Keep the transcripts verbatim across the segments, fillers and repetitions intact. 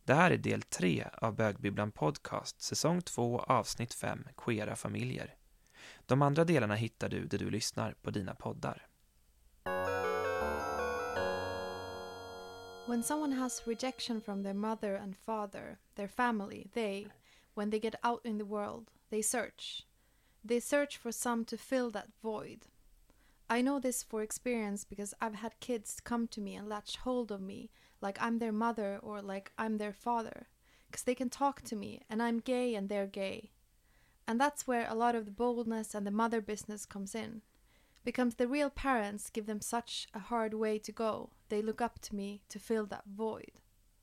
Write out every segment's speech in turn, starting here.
Det här är del tre av Bögbibblan podcast, säsong två, avsnitt fem, queera familjer. De andra delarna hittar du där du lyssnar på dina poddar. When someone has rejection from their mother and father, their family, they, when they get out in the world, they search. They search for some to fill that void. I know this for experience because I've had kids come to me and latch hold of me like I'm their mother or like I'm their father, because they can talk to me and I'm gay and they're gay. And that's where a lot of the boldness and the mother business comes in. Because the real parents give them such a hard way to go. They look up to me to fill that void.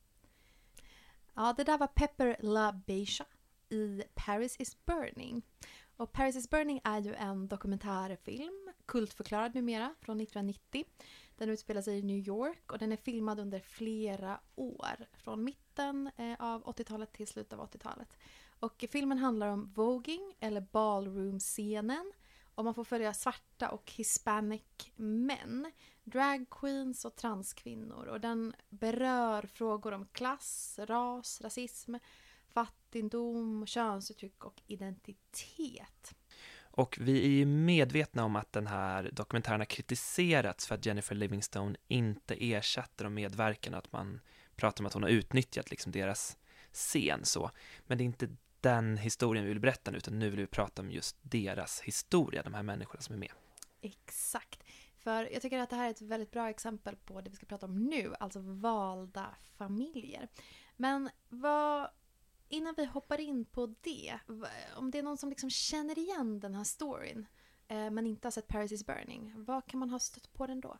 Ja, det där var Pepper LaBeija i Paris is Burning. Och Paris is Burning är ju en dokumentärfilm, kultförklarad numera, från nittonhundranittio. Den utspelar sig i New York och den är filmad under flera år. Från mitten av åttiotalet till slutet av åttiotalet. Och filmen handlar om voguing, eller ballroom-scenen. Och man får följa svarta och hispanic män, drag queens och transkvinnor. Och den berör frågor om klass, ras, rasism, fattigdom, könsuttryck och identitet. Och vi är ju medvetna om att den här dokumentären har kritiserats för att Jennifer Livingstone inte ersatte de medverkande, att man pratar om att hon har utnyttjat liksom deras scen så. Men det är inte den historien vi vill berätta nu, utan nu vill vi prata om just deras historia, de här människorna som är med. Exakt. För jag tycker att det här är ett väldigt bra exempel på det vi ska prata om nu, alltså valda familjer. Men vad, innan vi hoppar in på det, om det är någon som liksom känner igen den här storyn eh, men inte har sett Paris is Burning, vad kan man ha stött på den då?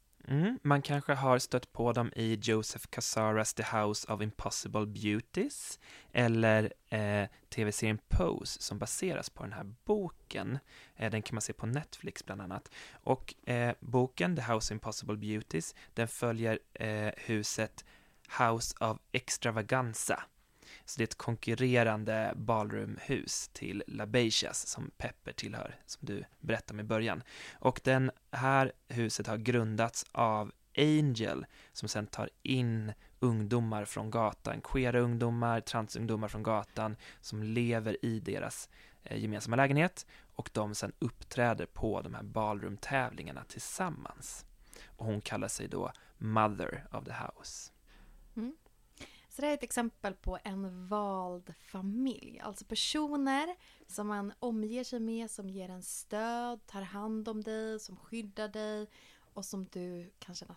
Mm, man kanske har stött på dem i Joseph Casaras The House of Impossible Beauties eller eh, tv-serien Pose som baseras på den här boken. Eh, den kan man se på Netflix bland annat. Och eh, boken The House of Impossible Beauties, den följer eh, huset House of Extravaganza. Så det är ett konkurrerande ballroomhus till LaBeijas som Pepper tillhör, som du berättade om i början. Och den här huset har grundats av Angel, som sedan tar in ungdomar från gatan, queera ungdomar, transungdomar från gatan, som lever i deras eh, gemensamma lägenhet, och de sedan uppträder på de här ballroom-tävlingarna tillsammans. Och hon kallar sig då Mother of the House. Mm. Så det är ett exempel på en vald familj. Alltså personer som man omger sig med, som ger en stöd, tar hand om dig, som skyddar dig och som du kan känna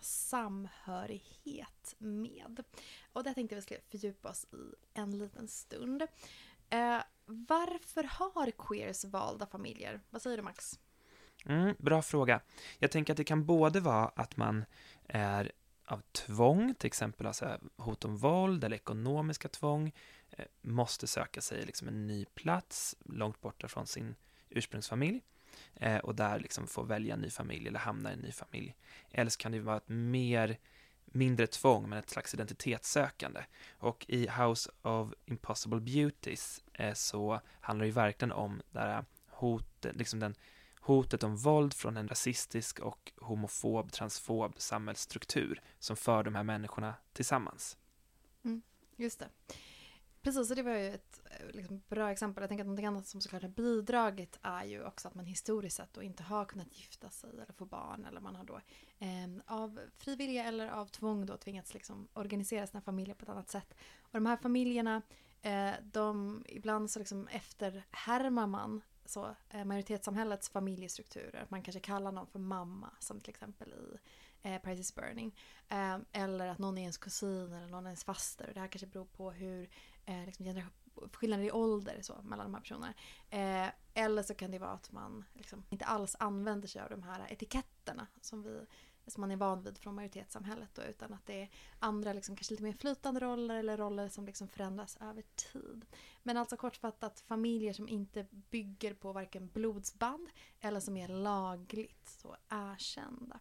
samhörighet med. Och det tänkte jag vi skulle fördjupa oss i en liten stund. Eh, varför har queers valda familjer? Vad säger du, Max? Mm, bra fråga. Jag tänker att det kan både vara att man är av tvång, till exempel alltså hot om våld eller ekonomiska tvång, eh, måste söka sig liksom en ny plats långt borta från sin ursprungsfamilj eh, och där liksom få välja en ny familj eller hamna i en ny familj. Eller så kan det vara ett mer, mindre tvång, men ett slags identitetssökande. Och i House of Impossible Beauties eh, så handlar det ju verkligen om där hot, liksom den hotet om våld från en rasistisk och homofob, transfob samhällsstruktur som för de här människorna tillsammans. Mm, just det. Precis, så det var ju ett liksom, bra exempel. Jag tänker att något annat som såklart har bidragit är ju också att man historiskt sett då inte har kunnat gifta sig eller få barn, eller man har då eh, av frivilliga eller av tvång då tvingats liksom organisera sina familjer på ett annat sätt. Och de här familjerna, eh, de ibland så liksom efterhärmar man så eh, majoritetssamhällets familjestrukturer. Man kanske kallar någon för mamma, som till exempel i eh, Paris is Burning. Eh, eller att någon är ens kusin eller någon är ens faster. Det här kanske beror på hur eh, liksom generation, skillnader i ålder så, mellan de här personerna. Eh, eller så kan det vara att man liksom inte alls använder sig av de här etiketterna som vi som man är van vid från majoritetssamhället då, utan att det är andra liksom, kanske lite mer flytande roller eller roller som liksom förändras över tid. Men alltså kortfattat familjer som inte bygger på varken blodsband eller som är lagligt så erkända.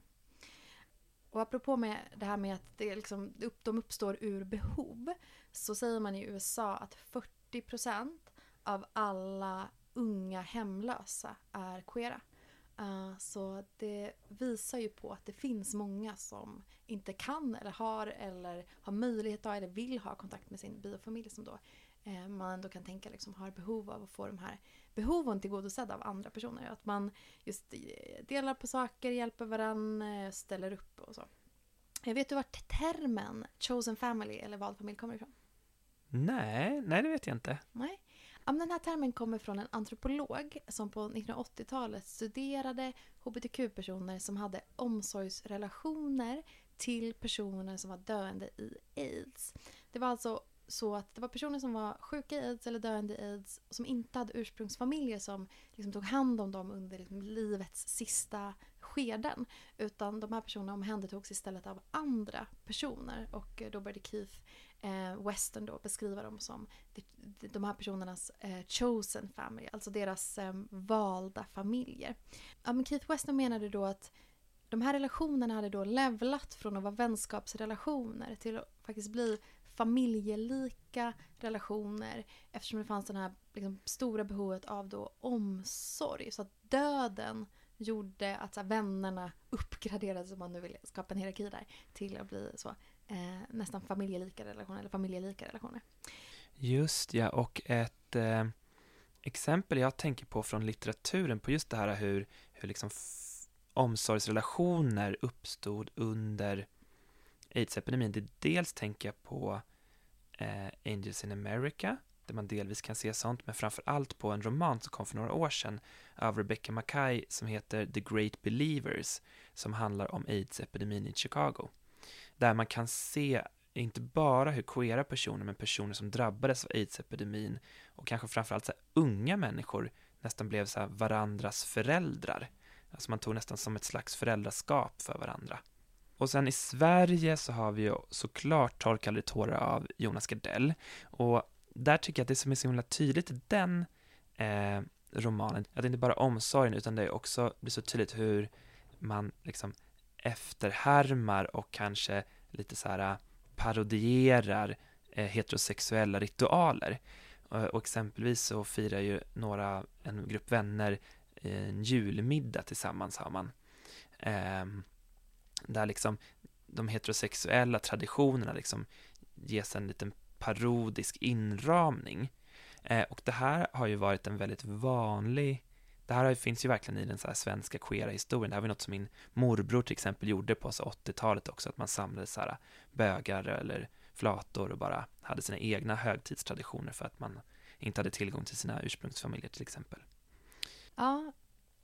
Och apropå med det här med att det liksom, de uppstår ur behov, så säger man i U S A att fyrtio procent av alla unga hemlösa är queera. Uh, så det visar ju på att det finns många som inte kan eller har eller har möjlighet att eller vill ha kontakt med sin biofamilj som då uh, man ändå kan tänka liksom har behov av att få de här behoven tillgodosedda av andra personer. Att man just delar på saker, hjälper varandra, ställer upp och så. Jag vet du vart termen chosen family eller vald familj kommer ifrån? Nej, nej det vet jag inte. Nej. Ja, men den här termen kommer från en antropolog som på nittonhundraåttiotalet studerade hbtq-personer som hade omsorgsrelationer till personer som var döende i AIDS. Det var alltså så att det var personer som var sjuka i AIDS eller döende i AIDS som inte hade ursprungsfamiljer som liksom tog hand om dem under liksom livets sista skeden. Utan de här personerna omhändertogs istället av andra personer. Och då började Keith eh, Weston då beskriva dem som de, de här personernas eh, chosen family. Alltså deras eh, valda familjer. Ja, men Keith Weston menade då att de här relationerna hade då levlat från att vara vänskapsrelationer till att faktiskt bli familjelika relationer eftersom det fanns det här liksom, stora behovet av då omsorg. Så att döden gjorde att så här, vännerna uppgraderades, om man nu vill skapa en hierarki där, till att bli så eh, nästan familjelika relationer eller familjelika relationer. Just ja, och ett eh, exempel jag tänker på från litteraturen på just det här hur, hur liksom f- omsorgsrelationer uppstod under AIDS-epidemin. Det dels tänker jag på eh, Angels in America, där man delvis kan se sånt, men framför allt på en roman som kom för några år sedan av Rebecca Mackay som heter The Great Believers, som handlar om AIDS-epidemin i Chicago. Där man kan se inte bara hur queera personer, men personer som drabbades av AIDS-epidemin och kanske framförallt så här, unga människor nästan blev så här, varandras föräldrar. Alltså man tog nästan som ett slags föräldraskap för varandra. Och sen i Sverige så har vi ju såklart Torkade tårar av Jonas Gardell. Och där tycker jag att det som är så himla tydligt i den eh, romanen, att det inte bara är omsorgen utan det är också blir så tydligt hur man liksom efterhärmar och kanske lite så här parodierar eh, heterosexuella ritualer. Och, och exempelvis så firar ju några, en grupp vänner en julmiddag tillsammans har man. Eh, där liksom de heterosexuella traditionerna liksom ges en liten parodisk inramning. Eh, och det här har ju varit en väldigt vanlig, det här finns ju verkligen i den så här svenska queera historien. Det här var något som min morbror till exempel gjorde på så åttiotalet också, att man samlade så här bögar eller flator och bara hade sina egna högtidstraditioner för att man inte hade tillgång till sina ursprungsfamiljer till exempel. Ja,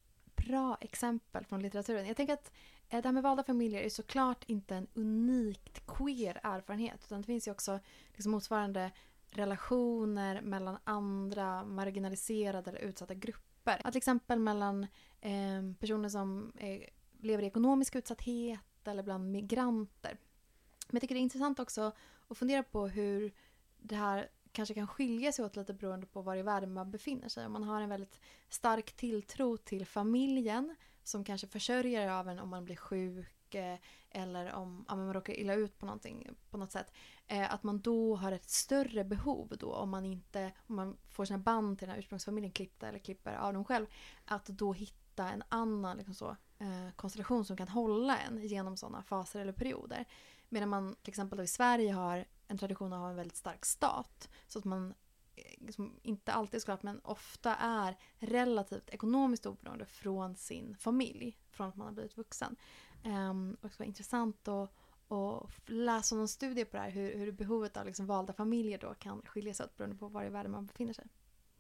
bra exempel från litteraturen. Jag tänker att det här med valda familjer är såklart inte en unikt queer erfarenhet, utan det finns ju också liksom motsvarande relationer mellan andra marginaliserade eller utsatta grupper. Att till exempel mellan eh, personer som är, lever i ekonomisk utsatthet eller bland migranter. Men jag tycker det är intressant också att fundera på hur det här kanske kan skilja sig åt lite beroende på var i världen man befinner sig. Om man har en väldigt stark tilltro till familjen som kanske försörjer av en om man blir sjuk eh, eller om, om man råkar illa ut på, någonting, på något sätt. Eh, att man då har ett större behov då om man inte om man får sina band till den här ursprungsfamiljen klippta eller klipper av dem själv. Att då hitta en annan liksom så, eh, konstellation som kan hålla en genom sådana faser eller perioder. Medan man till exempel då i Sverige har en tradition att ha en väldigt stark stat. Så att man liksom, inte alltid såklart men ofta är relativt ekonomiskt oberoende från sin familj. Från att man har blivit vuxen. Um, och det var intressant att, att läsa någon studie på det här. Hur, hur behovet av liksom, valda familjer då kan skilja sig åt beroende på var i världen man befinner sig.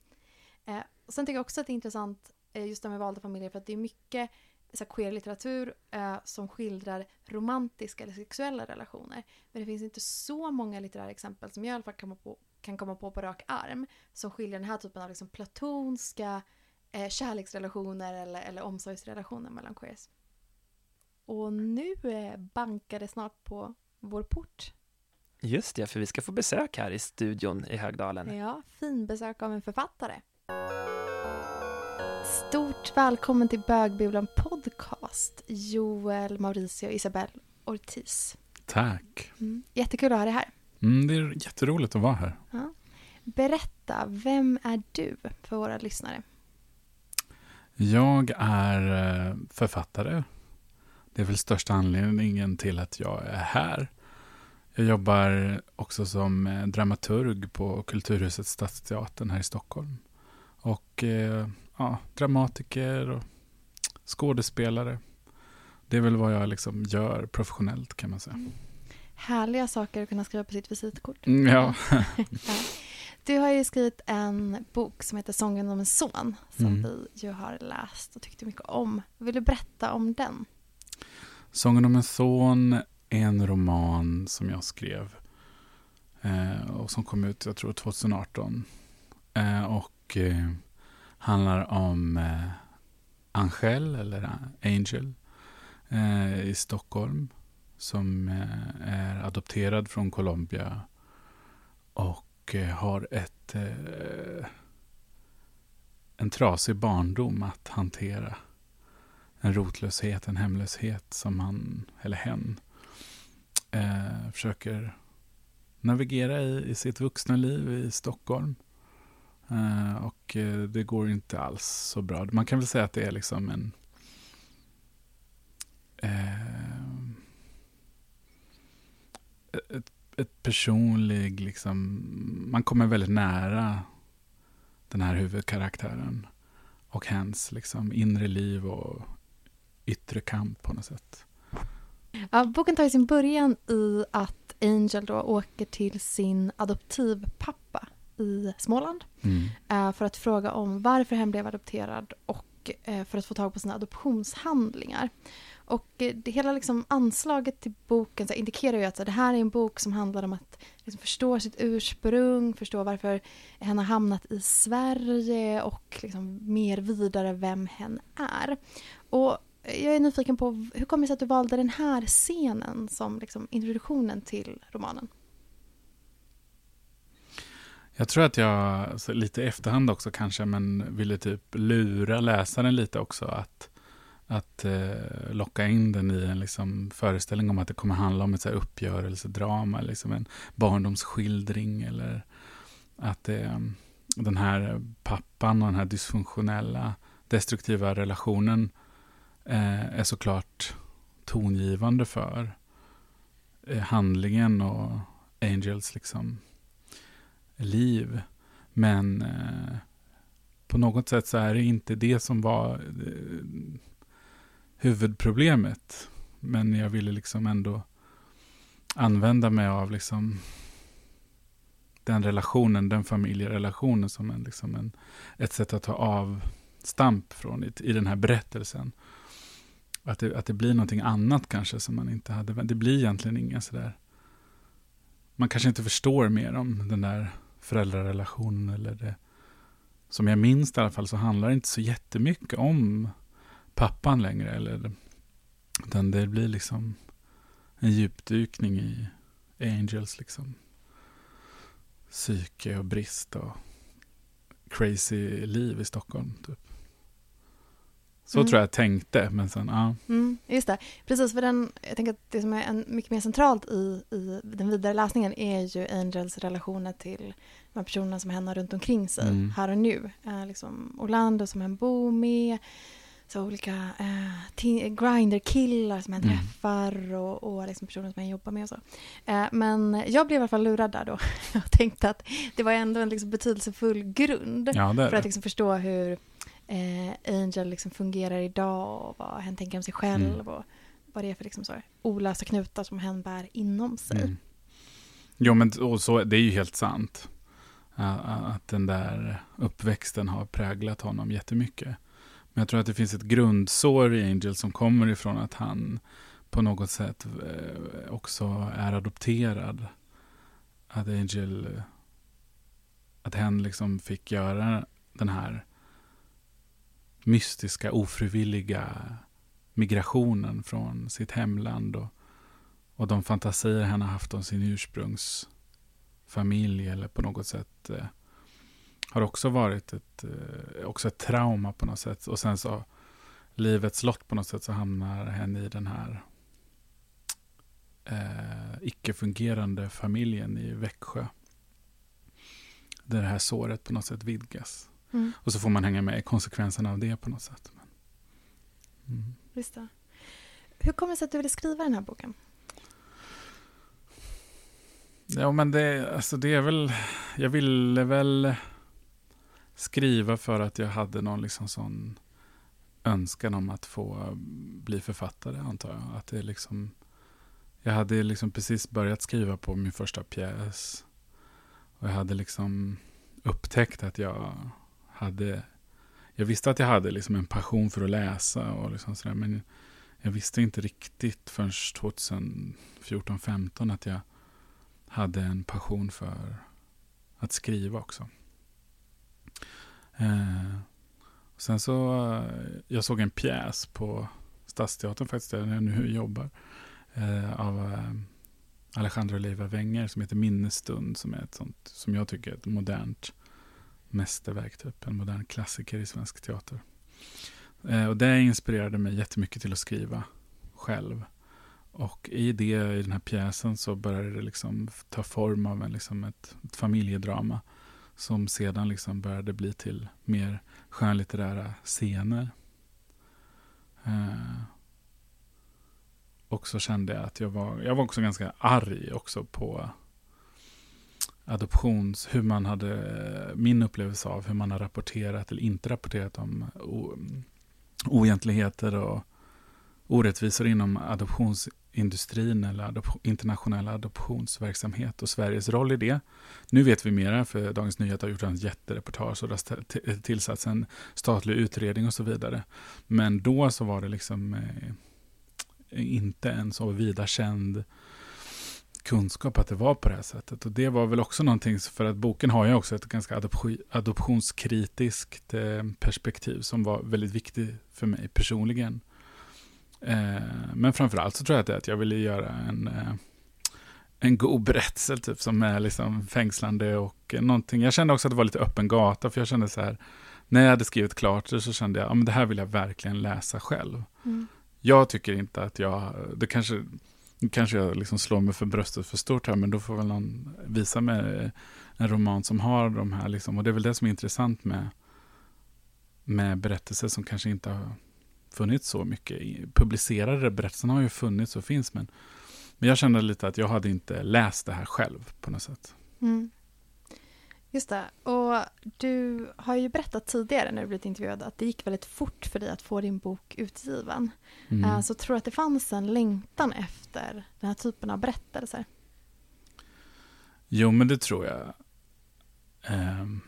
Uh, och sen tycker jag också att det är intressant uh, just det med valda familjer. För att det är mycket så här, queer litteratur uh, som skildrar romantiska eller sexuella relationer. Men det finns inte så många litterära exempel som jag i alla fall kan komma på, kan komma på på rak arm som skiljer den här typen av liksom, platonska eh, kärleksrelationer eller, eller omsorgsrelationer mellan queers. Och nu eh, bankar det snart på vår port. Just det, för vi ska få besök här i studion i Högdalen. Ja, fin besök av en författare. Stort välkommen till Bögbibblan podcast, Joel, Mauricio och Isabel Ortiz. Tack. Mm. Jättekul att ha dig här. Mm, det är jätteroligt att vara här. Ja. Berätta, vem är du för våra lyssnare? Jag är författare. Det är väl största anledningen till att jag är här. Jag jobbar också som dramaturg på Kulturhuset Stadsteatern här i Stockholm. Och ja, dramatiker och skådespelare. Det är väl vad jag liksom gör professionellt, kan man säga. Mm. Härliga saker att kunna skriva på sitt visitkort. Mm, ja. Ja. Du har ju skrivit en bok som heter Sången om en son, som mm. vi ju har läst och tyckte mycket om. Vill du berätta om den? Sången om en son är en roman som jag skrev eh, och som kom ut, jag tror, tjugo arton. Eh, och eh, handlar om eh, Angel, eller Angel, eh, i Stockholm, som eh, är adopterad från Colombia och eh, har ett eh, en trasig barndom att hantera. En rotlöshet, en hemlöshet som han, eller hen, eh, försöker navigera i, i sitt vuxna liv i Stockholm. Eh, och eh, det går inte alls så bra. Man kan väl säga att det är liksom en eh, ett, ett personlig, liksom, man kommer väldigt nära den här huvudkaraktären och hens liksom inre liv och yttre kamp på något sätt. Ja, boken tar sin början i att Angel då åker till sin adoptivpappa i Småland mm. eh, för att fråga om varför hen blev adopterad och eh, för att få tag på sina adoptionshandlingar. Och eh, det hela liksom anslaget till boken så indikerar ju att så, det här är en bok som handlar om att liksom, förstå sitt ursprung, förstå varför hen har hamnat i Sverige och liksom, mer vidare vem hen är. Och jag är nyfiken på, hur kommer det sig att du valde den här scenen som liksom introduktionen till romanen? Jag tror att jag, alltså lite i efterhand också kanske, men ville typ lura läsaren lite också. Att, att eh, locka in den i en liksom föreställning om att det kommer handla om ett så här uppgörelsedrama, liksom en barndomsskildring. Eller att det, den här pappan och den här dysfunktionella, destruktiva relationen är såklart tongivande för handlingen och Angels liksom liv. Men eh, på något sätt så är det inte det som var eh, huvudproblemet. Men jag ville liksom ändå använda mig av liksom den relationen, den familjerelationen som en, liksom en, ett sätt att ta avstamp från i, i den här berättelsen. Att det, att det blir någonting annat kanske som man inte hade. Det blir egentligen inga sådär. Man kanske inte förstår mer om den där föräldrarelationen. Eller det. Som jag minns i alla fall så handlar det inte så jättemycket om pappan längre. Eller, utan det blir liksom en djupdykning i Angels liksom psyke och brist och crazy liv i Stockholm typ. Så mm. tror jag tänkte, men sen, ja. Mm, just det. Precis, för den, jag tänker att det som är en, mycket mer centralt i, i den vidare läsningen är ju Angels relationer till de personerna som henne har runt omkring sig, mm. här och nu. Eh, liksom Orlando som hen bor med, så olika eh, t- grinder-killar som hen mm. träffar och, och liksom personer som hen jobbar med och så. Eh, men jag blev i alla fall lurad där då. Jag tänkte att det var ändå en liksom betydelsefull grund ja, för att liksom förstå hur Eh, Angel liksom fungerar idag och vad hen tänker om sig själv mm. och vad det är för liksom så här olösa knutar som hen bär inom sig. Mm. Jo, men och så, det är ju helt sant uh, att den där uppväxten har präglat honom jättemycket. Men jag tror att det finns ett grundsår i Angel som kommer ifrån att han på något sätt uh, också är adopterad. Att Angel att hen liksom fick göra den här mystiska, ofrivilliga migrationen från sitt hemland och, och de fantasier han har haft om sin ursprungsfamilj eller på något sätt eh, har också varit ett, eh, också ett trauma på något sätt. Och sen så livets lott på något sätt så hamnar hen i den här eh, icke-fungerande familjen i Växjö. Där det här såret på något sätt vidgas. Mm. Och så får man hänga med i konsekvenserna av det på något sätt. Men, mm. Visst det. Hur kommer det sig att du ville skriva den här boken? Ja, men det, alltså det är väl... Jag ville väl skriva för att jag hade någon liksom sån önskan om att få bli författare, antar jag. Att det liksom... Jag hade liksom precis börjat skriva på min första pjäs. Och jag hade liksom upptäckt att jag hade... Jag visste att jag hade liksom en passion för att läsa och liksom sådär, men jag visste inte riktigt förrän tjugohundrafjorton femton att jag hade en passion för att skriva också. Eh, och sen så, jag såg en pjäs på Stadsteatern faktiskt, där jag nu jobbar, eh, av eh, Alejandro Leiva Wenger som heter Minnesstund, som är ett sånt, som jag tycker är ett modernt mästerverk, typ en modern klassiker i svensk teater. Eh, och det inspirerade mig jättemycket till att skriva själv. Och i det, i den här pjäsen, så började det liksom ta form av en, liksom ett, ett familjedrama som sedan liksom började bli till mer skönlitterära scener. Eh, och så kände jag att jag var, jag var också ganska arg också på adoptions, hur man hade, min upplevelse av hur man har rapporterat eller inte rapporterat om o, oegentligheter och orättvisor inom adoptionsindustrin eller adop- internationell adoptionsverksamhet och Sveriges roll i det. Nu vet vi mera, för Dagens Nyheter har gjort en jättereportage och det har tillsatts en statlig utredning och så vidare. Men då så var det liksom eh, inte en så vida känd kunskap att det var på det här sättet. Och det var väl också någonting, för att boken har ju också ett ganska adop- adoptionskritiskt eh, perspektiv som var väldigt viktigt för mig personligen. Eh, men framförallt så tror jag att, det, att jag ville göra en, eh, en god berättelse typ, som är liksom fängslande och någonting. Jag kände också att det var lite öppen gata, för jag kände så här, när jag hade skrivit klart så kände jag, ja men det här vill jag verkligen läsa själv. Mm. Jag tycker inte att jag, det kanske, kanske jag liksom slår mig för bröstet för stort här, men då får väl någon visa mig en roman som har de här liksom, och det är väl det som är intressant med, med berättelser som kanske inte har funnits så mycket. Publicerade berättelserna har ju funnits och finns, men, men jag kände lite att jag hade inte läst det här själv på något sätt. Mm. Just det. Och du har ju berättat tidigare när du blivit intervjuad att det gick väldigt fort för dig att få din bok utgiven. Mm. Uh, så tror du att det fanns en längtan efter den här typen av berättelser? Jo, men det tror jag. Um,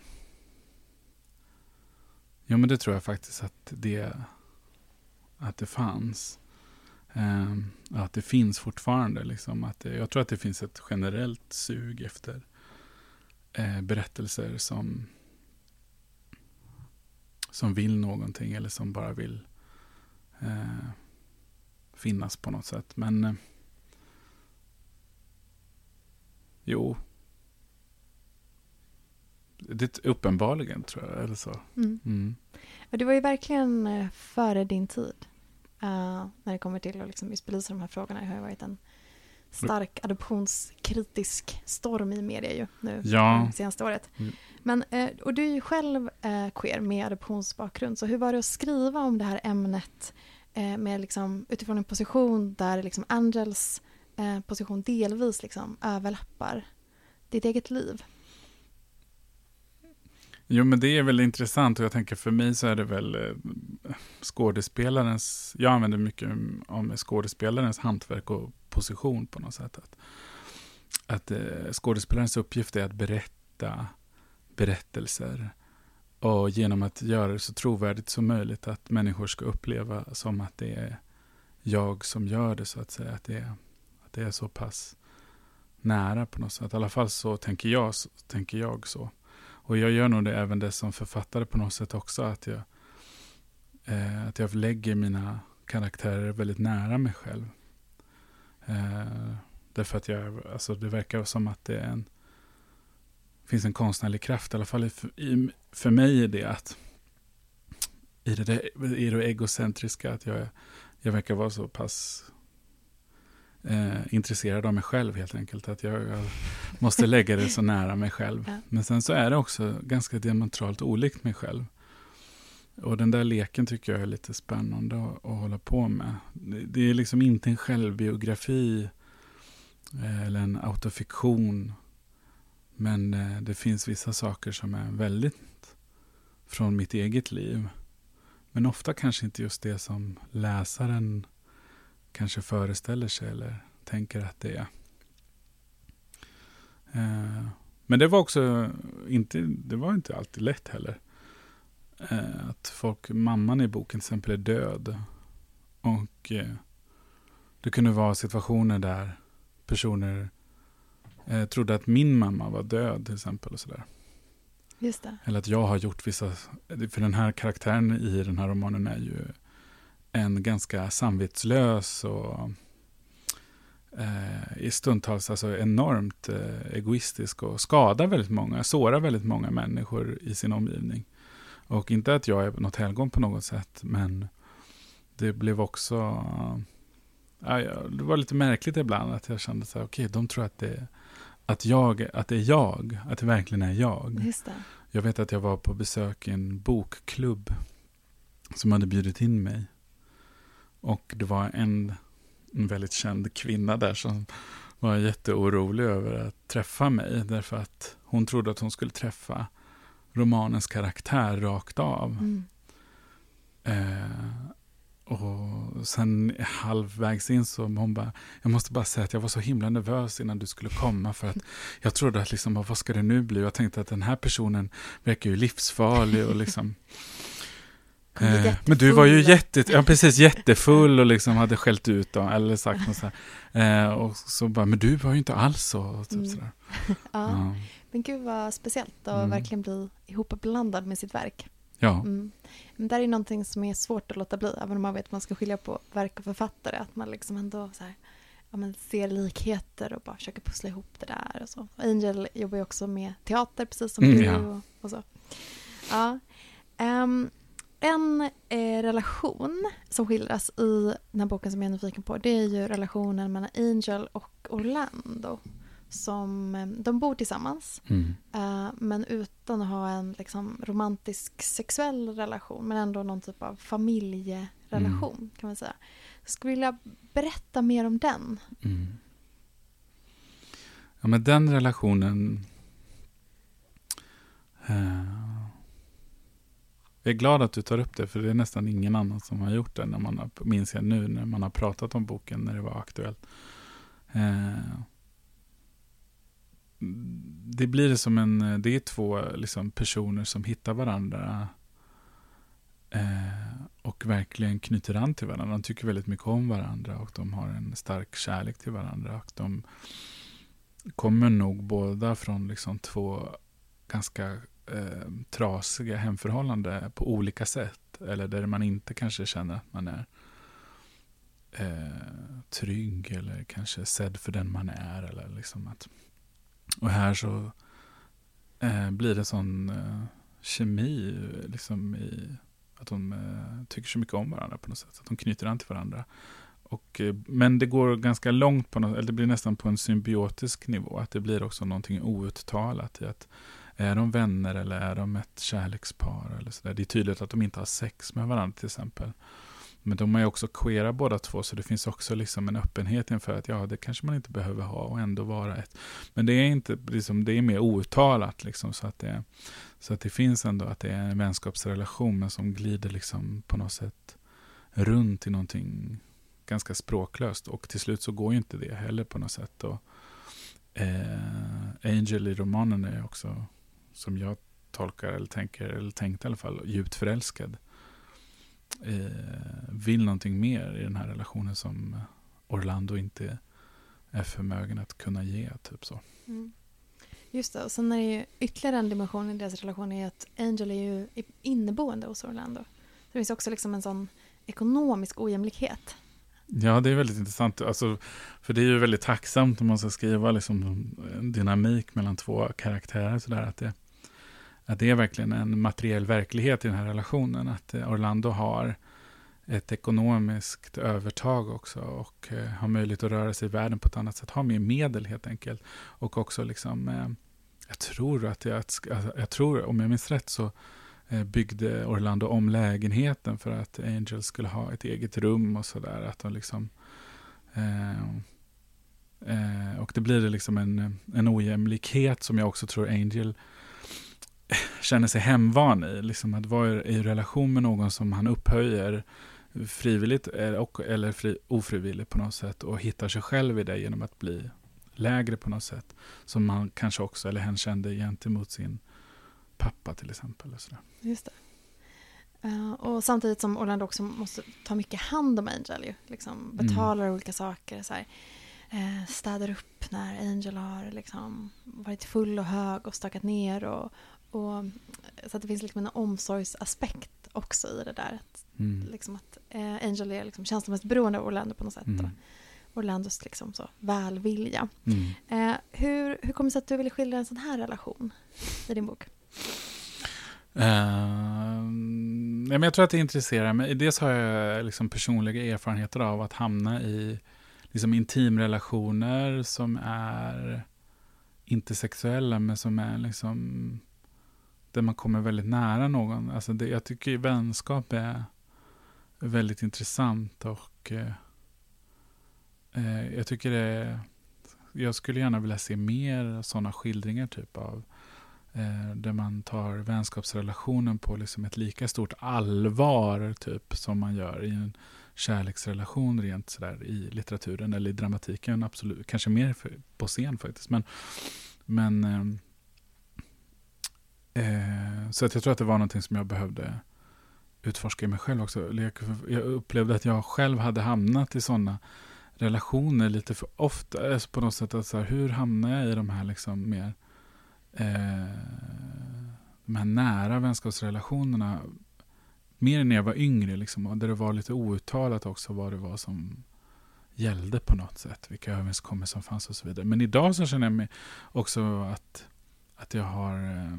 jo, men det tror jag faktiskt att det att det fanns. Um, att det finns fortfarande. Liksom, att det, jag tror att det finns ett generellt sug efter eh, berättelser som som vill någonting eller som bara vill eh, finnas på något sätt. Men eh, jo, det är uppenbarligen, tror jag, eller så. Mm. Mm. Och det var ju verkligen eh, före din tid uh, när det kommer till att liksom just belysa de här frågorna. Det har ju varit en stark adoptionskritisk storm i media ju nu, ja. det senaste året. Mm. Men, eh, och du är ju själv eh, queer med adoptionsbakgrund, så hur var det att skriva om det här ämnet eh, med liksom, utifrån en position där liksom Angels eh, position delvis liksom överlappar ditt eget liv? Jo, men det är väl intressant, och jag tänker för mig så är det väl eh, skådespelarens, jag använder mycket om skådespelarens hantverk och position på något sätt. Att, att eh, skådespelarens uppgift är att berätta berättelser, och genom att göra det så trovärdigt som möjligt att människor ska uppleva som att det är jag som gör det, så att säga, att det är, att det är så pass nära på något sätt. I alla fall så tänker jag så, tänker jag så. Och jag gör nog det även det som författare på något sätt också, att jag, eh, att jag lägger mina karaktärer väldigt nära mig själv. Eh, därför att jag, alltså det verkar som att det är en, finns en konstnärlig kraft, i alla fall i, i, för mig är det att i det, i det egocentriska, att jag, jag verkar vara så pass eh, intresserad av mig själv helt enkelt. Att jag, jag måste lägga det så nära mig själv. Ja. Men sen så är det också ganska diametralt olikt mig själv. Och den där leken tycker jag är lite spännande att, att hålla på med. Det, det är liksom inte en självbiografi eh, eller en autofiktion. Men eh, det finns vissa saker som är väldigt från mitt eget liv. Men ofta kanske inte just det som läsaren kanske föreställer sig eller tänker att det är. Eh, men det var också inte, det var inte alltid lätt heller. Eh, att folk, mamman i boken till exempel är död. Och eh, det kunde vara situationer där personer eh, trodde att min mamma var död till exempel och sådär. Just det. Eller att jag har gjort vissa, för den här karaktären i den här romanen är ju en ganska samvetslös och eh, i stundtals alltså enormt eh, egoistisk och skadar väldigt många, sårar väldigt många människor i sin omgivning. Och inte att jag är något helgon på något sätt, men det blev också, ja, det var lite märkligt ibland att jag kände så här, okej, okay, de tror att det, att, jag, att det är jag, att det verkligen är jag. Just det. Jag vet att jag var på besök i en bokklubb som hade bjudit in mig. Och det var en, en väldigt känd kvinna där som var jätteorolig över att träffa mig. Därför att hon trodde att hon skulle träffa romanens karaktär rakt av. Mm. Eh, och sen halvvägs in så hon bara, jag måste bara säga att jag var så himla nervös innan du skulle komma för att jag trodde att liksom, vad ska det nu bli? Jag tänkte att den här personen verkar ju livsfarlig och liksom eh, men du var ju jätte, ja, precis, jättefull och liksom hade skällt ut då, eller sagt något så här. Eh, och så bara, men du var ju inte alls så. Och typ mm. sådär. Ja. Ja. Men gud vad speciellt att Mm. verkligen bli ihopblandad med sitt verk. Ja. Mm. Men där är någonting som är svårt att låta bli, även om man vet att man ska skilja på verk och författare, att man liksom ändå så här, ja, men ser likheter och bara försöker pussla ihop det där och så. Angel jobbar ju också med teater, precis som Mm, du ja. och, och så. Ja. Um, en eh, relation som skildras i den här boken som jag är nyfiken på, det är ju relationen mellan Angel och Orlando. Som, eh, de bor tillsammans, Mm. eh, men utan att ha en liksom, romantisk sexuell relation, men ändå någon typ av familjerelation, Mm. kan man säga. Jag skulle vilja berätta mer om den. Mm. Ja, men den relationen eh, jag är glad att du tar upp det, för det är nästan ingen annan som har gjort det, när man har, minns jag nu när man har pratat om boken när det var aktuellt. Eh, det blir som en, det är två liksom, personer som hittar varandra eh, och verkligen knyter an till varandra. De tycker väldigt mycket om varandra och de har en stark kärlek till varandra. Och de kommer nog båda från liksom, två ganska eh, trasiga hemförhållanden på olika sätt. Eller där man inte kanske känner att man är eh, trygg eller kanske sedd för den man är. Eller liksom att, och här så eh, blir det sån eh, kemi liksom i att de eh, tycker så mycket om varandra på något sätt. Att de knyter an till varandra. Och, eh, men det går ganska långt, på något, eller det blir nästan på en symbiotisk nivå. Att det blir också någonting outtalat i att är de vänner eller är de ett kärlekspar eller så där. Det är tydligt att de inte har sex med varandra till exempel. Men de är ju också queera båda två, så det finns också liksom en öppenhet inför att ja, det kanske man inte behöver ha och ändå vara ett. Men det är inte liksom, det är mer outtalat liksom, så att det så att det finns ändå att det är en vänskapsrelation, men som glider liksom på något sätt runt i någonting ganska språklöst, och till slut så går ju inte det heller på något sätt. Och eh, Angel i romanen är också, som jag tolkar eller tänker eller tänkte i alla fall, djupt förälskad. Eh, vill någonting mer i den här relationen som Orlando inte är förmögen att kunna ge, typ så. Mm. Just det, och sen är det ju ytterligare en dimension i deras relation är att Angel är ju inneboende hos Orlando. Det finns också liksom en sån ekonomisk ojämlikhet. Ja, det är väldigt intressant. Alltså, för det är ju väldigt tacksamt om man ska skriva liksom en dynamik mellan två karaktärer. Så där, att, det, att det är verkligen en materiell verklighet i den här relationen. Att Orlando har ett ekonomiskt övertag också och eh, har möjlighet att röra sig i världen på ett annat sätt. Har mer medel helt enkelt. Och också liksom, eh, jag tror att jag, jag tror, om jag minns rätt så eh, byggde Orlando om lägenheten för att Angel skulle ha ett eget rum och sådär. Att de liksom, eh, eh, och det blir det liksom en, en ojämlikhet som jag också tror Angel känner sig hemvan i. Liksom att vara i relation med någon som han upphöjer frivilligt och, eller fri, ofrivilligt på något sätt och hittar sig själv i det genom att bli lägre på något sätt. Som man kanske också, eller hen kände gentemot sin pappa till exempel. Och sådär. Just det. Uh, och samtidigt som Orlando också måste ta mycket hand om Angel ju. Liksom betalar mm. olika saker. Så här, uh, städar upp när Angel har liksom varit full och hög och stakat ner. Och, och, så att det finns liksom en omsorgsaspekt också i det där. Att, mm. liksom att uh, Angel är liksom känslomässigt beroende av Orlando på något sätt. Mm. Orlandos liksom så välvilja. Mm. Uh, hur, hur kommer det sig att du ville skildra en sån här relation i din bok? Uh, ja, men jag tror att det intresserar mig. Dels har jag liksom personliga erfarenheter av att hamna i liksom intimrelationer som är inte sexuella men som är liksom där man kommer väldigt nära någon. Alltså det, jag tycker vänskap är väldigt intressant och uh, uh, jag tycker det jag skulle gärna vilja se mer sådana skildringar typ av Eh, där man tar vänskapsrelationen på liksom ett lika stort allvar typ som man gör i en kärleksrelation rent sådär i litteraturen eller i dramatiken absolut, kanske mer för, på scen faktiskt men, men eh, eh, så att jag tror att det var någonting som jag behövde utforska i mig själv också. Jag, jag upplevde att jag själv hade hamnat i sådana relationer lite för ofta alltså på något sätt att så här, hur hamnar jag i de här liksom mer Eh, de här nära vänskapsrelationerna mer när jag var yngre liksom, där det var lite outtalat också vad det var som gällde på något sätt, vilka överenskommelser som fanns och så vidare. Men idag så känner jag mig också att, att jag har eh,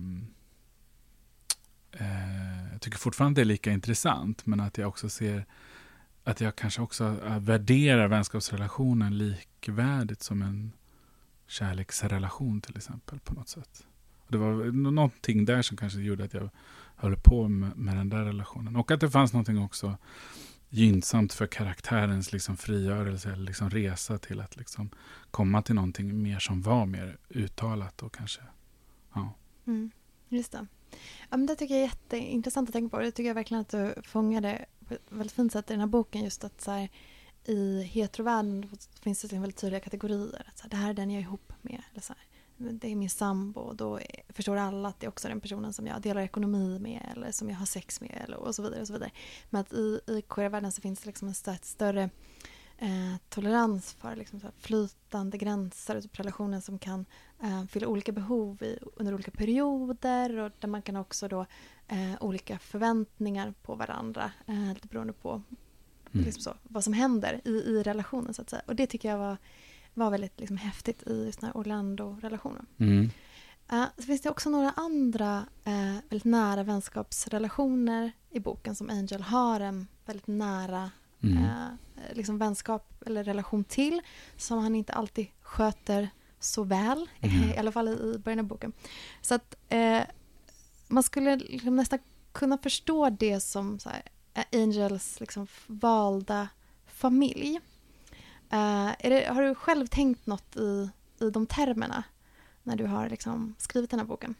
eh, jag tycker fortfarande det är lika intressant men att jag också ser att jag kanske också värderar vänskapsrelationen likvärdigt som en kärleksrelation till exempel på något sätt. Och det var någonting där som kanske gjorde att jag höll på med, med den där relationen. Och att det fanns någonting också gynnsamt för karaktärens liksom frigörelse eller liksom resa till att liksom komma till någonting mer som var mer uttalat och kanske, ja. Mm, just det. Ja, men det tycker jag är jätteintressant att tänka på. Det tycker jag verkligen att du fångade på ett väldigt fint sätt i den här boken just att så här, i heterovärlden finns det väldigt tydliga kategorier. Att så här, det här är den jag är ihop med. Eller så här, det är min sambo. Och då är, förstår alla att det är också den personen som jag delar ekonomi med. Eller som jag har sex med. Eller, och så vidare. Och så vidare. Men att i, i queer-världen så finns det liksom en större, större eh, tolerans för liksom så här flytande gränser och typ relationer som kan eh, fylla olika behov i, under olika perioder. Och där man kan också då eh, olika förväntningar på varandra. Eh, lite beroende på Mm. Liksom så, vad som händer i, i relationen så att säga. Och det tycker jag var, var väldigt liksom, häftigt i just den här Orlando-relationen. Mm. Uh, så finns det också några andra uh, väldigt nära vänskapsrelationer i boken som Angel har en väldigt nära mm. uh, liksom vänskap eller relation till som han inte alltid sköter så väl, mm. i alla fall i, i början av boken. Så att uh, man skulle liksom nästan kunna förstå det som så här, Angels liksom valda familj. Uh, är det, har du själv tänkt något i, i de termerna när du har liksom skrivit den här boken?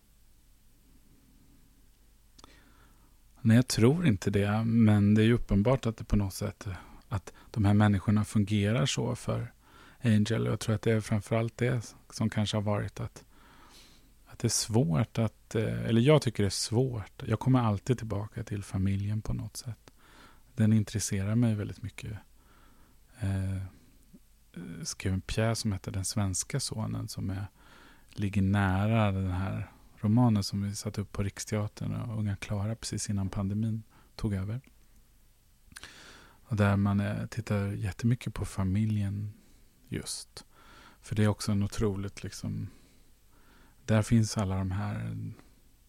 Nej, jag tror inte det. Men det är ju uppenbart att det på något sätt att de här människorna fungerar så för Angel. Jag tror att det är framförallt det som kanske har varit att att det är svårt att, eller jag tycker det är svårt. Jag kommer alltid tillbaka till familjen på något sätt. Den intresserar mig väldigt mycket. Eh, skrev en pjäs som heter Den svenska sonen som är, ligger nära den här romanen som vi satt upp på Riksteatern och Unga Klara precis innan pandemin tog över. Och där man är, tittar jättemycket på familjen just. För det är också en otroligt liksom där finns alla de här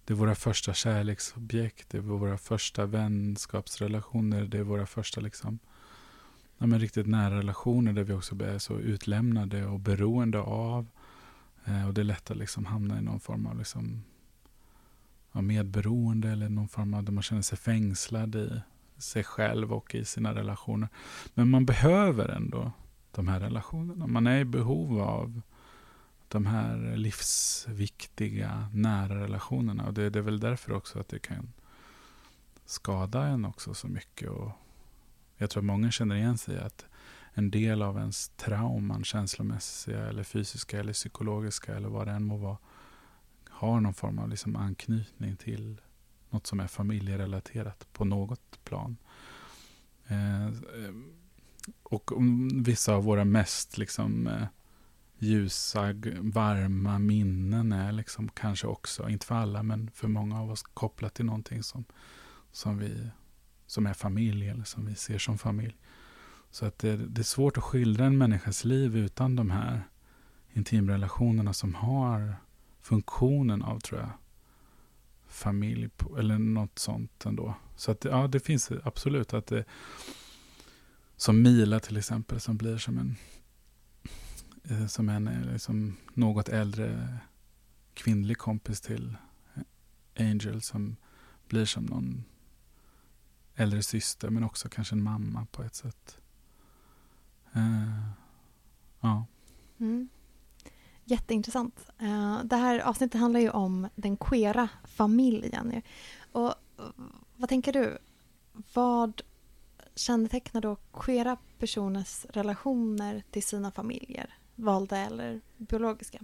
det är våra första kärleksobjekt, det är våra första vänskapsrelationer, det är våra första liksom, ja, men riktigt nära relationer där vi också är så utlämnade och beroende av. Eh, och det är lätt att liksom hamna i någon form av liksom, ja, medberoende eller någon form av där man känner sig fängslad i sig själv och i sina relationer. Men man behöver ändå de här relationerna. Man är i behov av de här livsviktiga nära relationerna. Och det, det är väl därför också att det kan skada en också så mycket. Och jag tror att många känner igen sig att en del av ens trauman, känslomässiga eller fysiska eller psykologiska eller vad det än må vara, har någon form av liksom anknytning till något som är familjerelaterat på något plan. Eh, och vissa av våra mest liksom eh, ljusa, varma minnen är liksom kanske också, inte för alla men för många av oss, kopplat till någonting som, som, vi, som är familj eller som vi ser som familj. Så att det, det är svårt att skildra en människas liv utan de här intimrelationerna som har funktionen av, tror jag, familj på, eller något sånt ändå. Så att ja, det finns absolut att det, som Mila till exempel, som blir som en som en liksom något äldre kvinnlig kompis till Angel, som blir som någon äldre syster men också kanske en mamma på ett sätt. Uh, ja. Mm. Jätteintressant. Uh, det här avsnittet handlar ju om den queera familjen. Och uh, vad tänker du? Vad kännetecknar då queera personers relationer till sina familjer? Valda eller biologiska?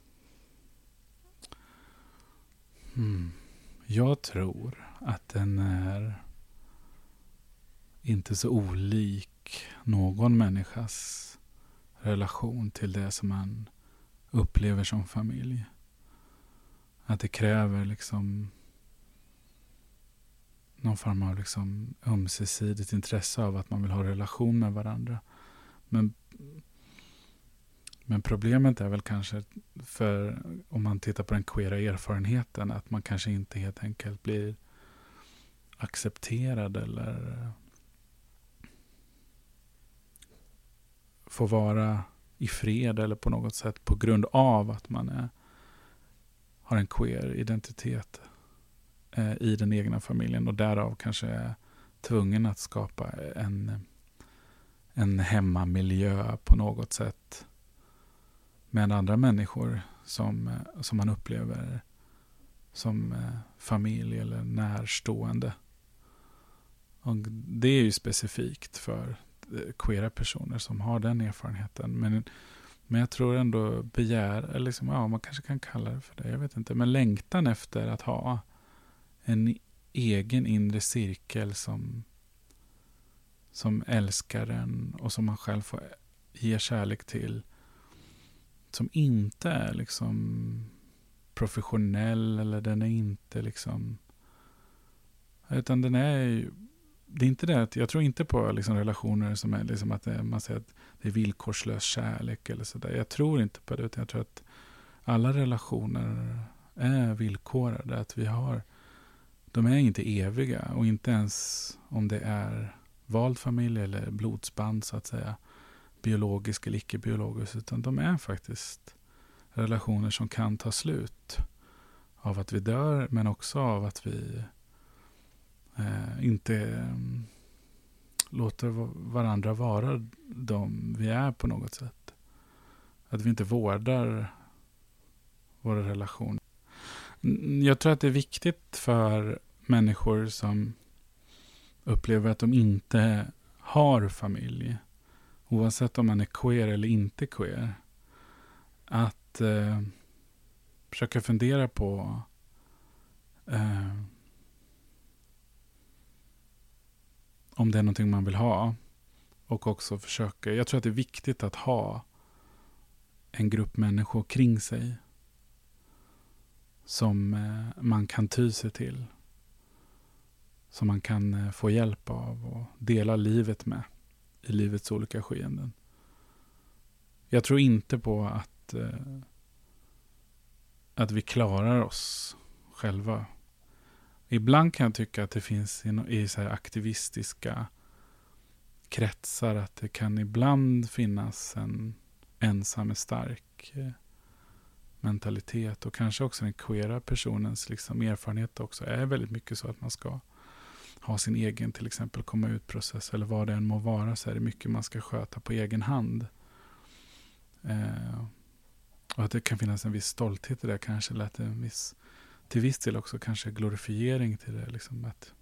Mm. Jag tror att den är inte så olik någon människas relation till det som man upplever som familj. Att det kräver liksom någon form av liksom ömsesidigt intresse av att man vill ha relation med varandra. Men, men problemet är väl kanske, för om man tittar på den queera erfarenheten, att man kanske inte helt enkelt blir accepterad eller får vara i fred eller på något sätt på grund av att man är, har en queer identitet eh, i den egna familjen, och därav kanske är tvungen att skapa en, en hemmamiljö på något sätt med andra människor som, som man upplever som eh, familj eller närstående. Och det är ju specifikt för queera personer som har den erfarenheten. Men, men jag tror ändå begär, eller liksom, ja, man kanske kan kalla det för det, jag vet inte. Men längtan efter att ha en egen inre cirkel som, som älskar en och som man själv får ge kärlek till. Som inte är liksom professionell, eller den är inte liksom, utan den är ju, det är inte det att, jag tror inte på liksom relationer som är liksom att det, man säger att det är villkorslös kärlek eller sådär. Jag tror inte på det, utan jag tror att alla relationer är villkorade, att vi har, de är inte eviga, och inte ens om det är vald familj eller blodsband så att säga, biologisk eller icke-biologisk, utan de är faktiskt relationer som kan ta slut av att vi dör, men också av att vi eh, inte eh, låter varandra vara de vi är på något sätt. Att vi inte vårdar våra relationer. Jag tror att det är viktigt för människor som upplever att de inte har familj, oavsett om man är queer eller inte queer, att eh, försöka fundera på eh, om det är någonting man vill ha, och också försöka, jag tror att det är viktigt att ha en grupp människor kring sig som eh, man kan ty sig till, som man kan eh, få hjälp av och dela livet med i livets olika skeenden. Jag tror inte på att, eh, att vi klarar oss själva. Ibland kan jag tycka att det finns i, i så här aktivistiska kretsar att det kan ibland finnas en ensam är stark eh, mentalitet, och kanske också den queera personens liksom erfarenhet också är väldigt mycket så att man ska ha sin egen, till exempel komma ut process eller vad det än må vara, så är det mycket man ska sköta på egen hand. Eh, och att det kan finnas en viss stolthet i det, kanske, eller att det är en viss, till viss del också kanske glorifiering till det. Liksom att.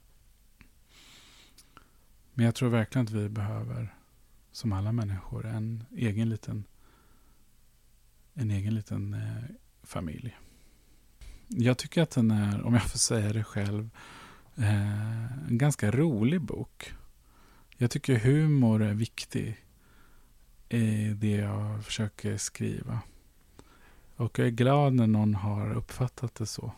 Men jag tror verkligen att vi behöver, som alla människor, en egen liten en egen liten eh, familj. Jag tycker att den är, om jag får säga det själv, eh, en ganska rolig bok. Jag tycker humor är viktig i det jag försöker skriva. Och jag är glad när någon har uppfattat det så.